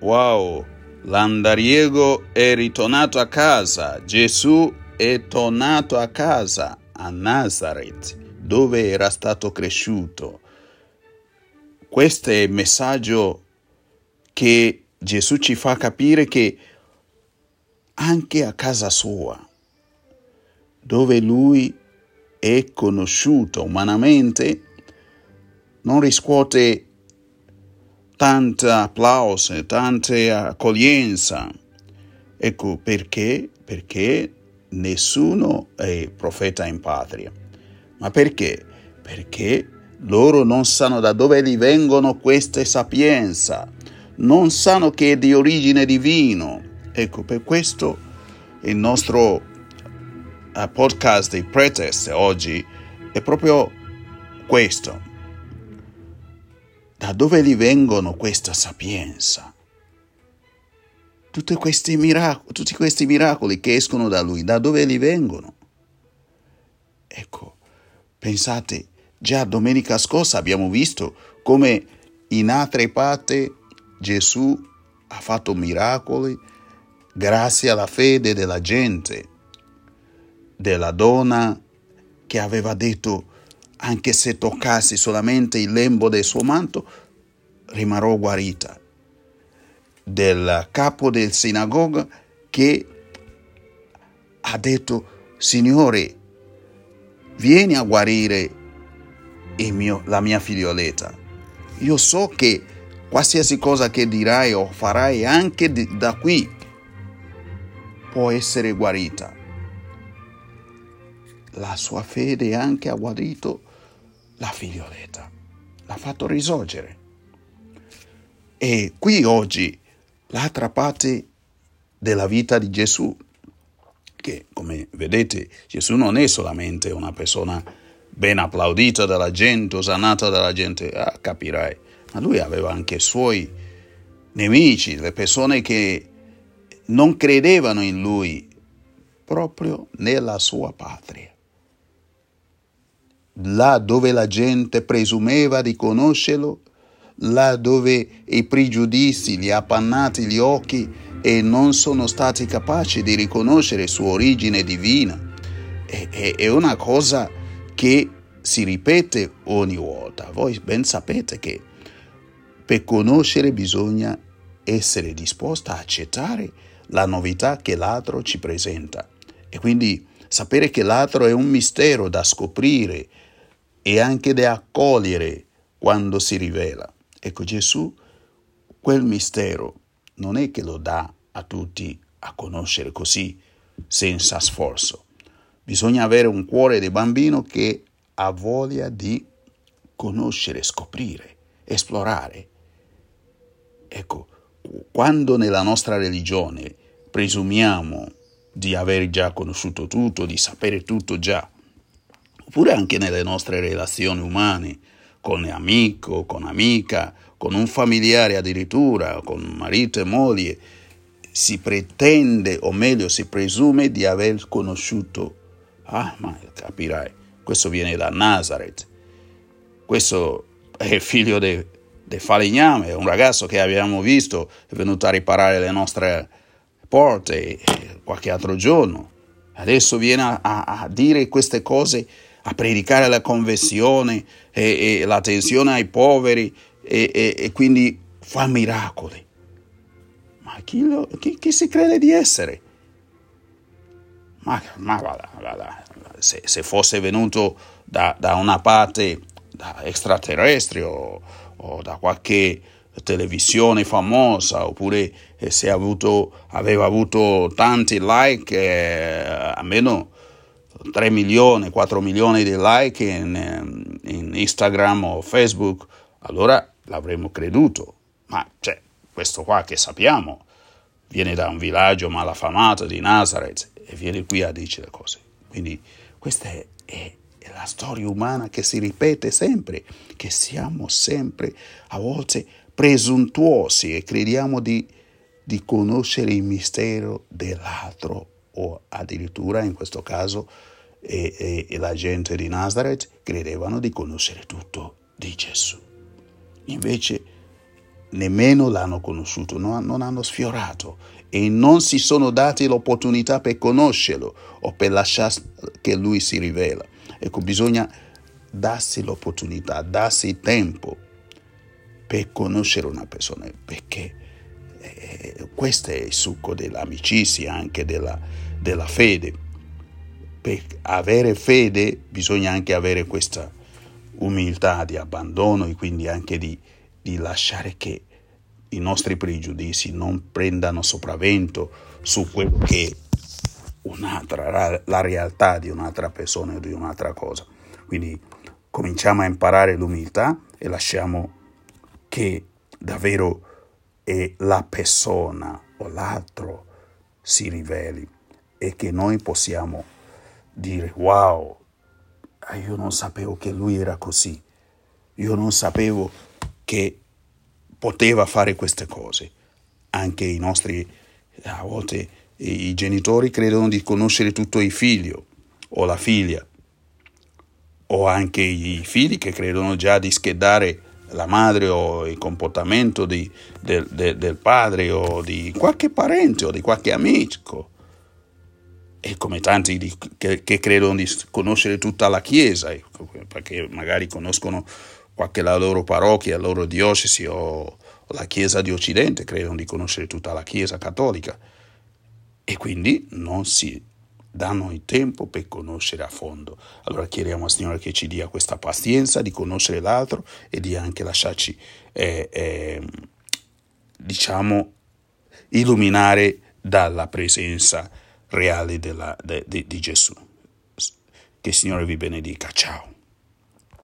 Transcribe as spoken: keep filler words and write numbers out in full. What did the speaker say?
Wow, l'andariego è ritornato a casa. Gesù è tornato a casa, a Nazareth, dove era stato cresciuto. Questo è il messaggio che Gesù ci fa capire che anche a casa sua, dove lui è conosciuto umanamente, non riscuote tanta applauso, tanta accoglienza. Ecco perché? Perché nessuno è profeta in patria. Ma perché? Perché loro non sanno da dove gli vengono queste sapienza, non sanno che è di origine divino. Ecco, per questo il nostro uh, podcast di Pretest oggi è proprio questo. Da dove gli vengono questa sapienza? Tutti questi miracoli, tutti questi miracoli che escono da lui, da dove gli vengono? Ecco, pensate, già domenica scorsa abbiamo visto come in altre parti Gesù ha fatto miracoli grazie alla fede della gente, della donna che aveva detto: anche se toccassi solamente il lembo del suo manto, rimarrò guarita. Del capo del sinagoga che ha detto: Signore, vieni a guarire il mio, la mia figlioletta. Io so che qualsiasi cosa che dirai o farai anche di, da qui può essere guarita. La sua fede anche ha guarito la figlioletta, l'ha fatto risorgere. E qui oggi l'altra parte della vita di Gesù, che come vedete Gesù non è solamente una persona ben applaudita dalla gente, osannata dalla gente, ah, capirai, ma lui aveva anche i suoi nemici, le persone che non credevano in lui proprio nella sua patria. Là dove la gente presumeva di conoscerlo, là dove i pregiudizi gli ha appannati gli occhi e non sono stati capaci di riconoscere sua origine divina. È, è, è una cosa che si ripete ogni volta. Voi ben sapete che per conoscere bisogna essere disposti a accettare la novità che l'altro ci presenta. E quindi sapere che l'altro è un mistero da scoprire e anche da accogliere quando si rivela. Ecco, Gesù quel mistero non è che lo dà a tutti a conoscere così, senza sforzo. Bisogna avere un cuore di bambino che ha voglia di conoscere, scoprire, esplorare. Ecco, quando nella nostra religione presumiamo di aver già conosciuto tutto, di sapere tutto già, oppure anche nelle nostre relazioni umane, con amico, con amica, con un familiare addirittura, con marito e moglie, si pretende, o meglio si presume di aver conosciuto, ah ma capirai, questo viene da Nazareth, questo è il figlio di falegname, è un ragazzo che abbiamo visto, è venuto a riparare le nostre porte qualche altro giorno, adesso viene a, a, a dire queste cose, a predicare la conversione e, e l'attenzione ai poveri e, e, e quindi fa miracoli. Ma chi, lo, chi, chi si crede di essere? Ma, ma guarda, guarda se, se fosse venuto da, da una parte da extraterrestre o, o da qualche televisione famosa, oppure eh, se avuto, aveva avuto tanti like, eh, almeno tre milioni, quattro milioni di like in, in Instagram o Facebook, allora l'avremmo creduto. Ma cioè, questo qua che sappiamo viene da un villaggio malafamato di Nazareth e viene qui a dirci le cose. Quindi questa è, è, è la storia umana che si ripete sempre, che siamo sempre a volte presuntuosi e crediamo di, di conoscere il mistero dell'altro, o addirittura in questo caso e, e, e la gente di Nazareth credevano di conoscere tutto di Gesù. Invece nemmeno l'hanno conosciuto, non, non hanno sfiorato e non si sono dati l'opportunità per conoscerlo o per lasciare che lui si rivela. Ecco, bisogna darsi l'opportunità, darsi il tempo per conoscere una persona, perché eh, questo è il succo dell'amicizia, anche della, della fede. Per avere fede bisogna anche avere questa umiltà di abbandono e quindi anche di, di lasciare che i nostri pregiudizi non prendano sopravvento su quello che è un'altra, la realtà di un'altra persona o di un'altra cosa. Quindi cominciamo a imparare l'umiltà e lasciamo che davvero è la persona o l'altro si riveli e che noi possiamo dire: wow, io non sapevo che lui era così, io non sapevo che poteva fare queste cose. Anche i nostri, a volte i genitori credono di conoscere tutto il figlio o la figlia, o anche i figli che credono già di schedare la madre o il comportamento di, del, del, del padre o di qualche parente o di qualche amico. E come tanti di, che, che credono di conoscere tutta la Chiesa, perché magari conoscono qualche la loro parrocchia, la loro diocesi o la Chiesa di Occidente, credono di conoscere tutta la Chiesa cattolica e quindi non si danno il tempo per conoscere a fondo. Allora chiediamo al Signore che ci dia questa pazienza di conoscere l'altro e di anche lasciarci, eh, eh, diciamo, illuminare dalla presenza reale della, de, de, di Gesù. Che il Signore vi benedica. Ciao.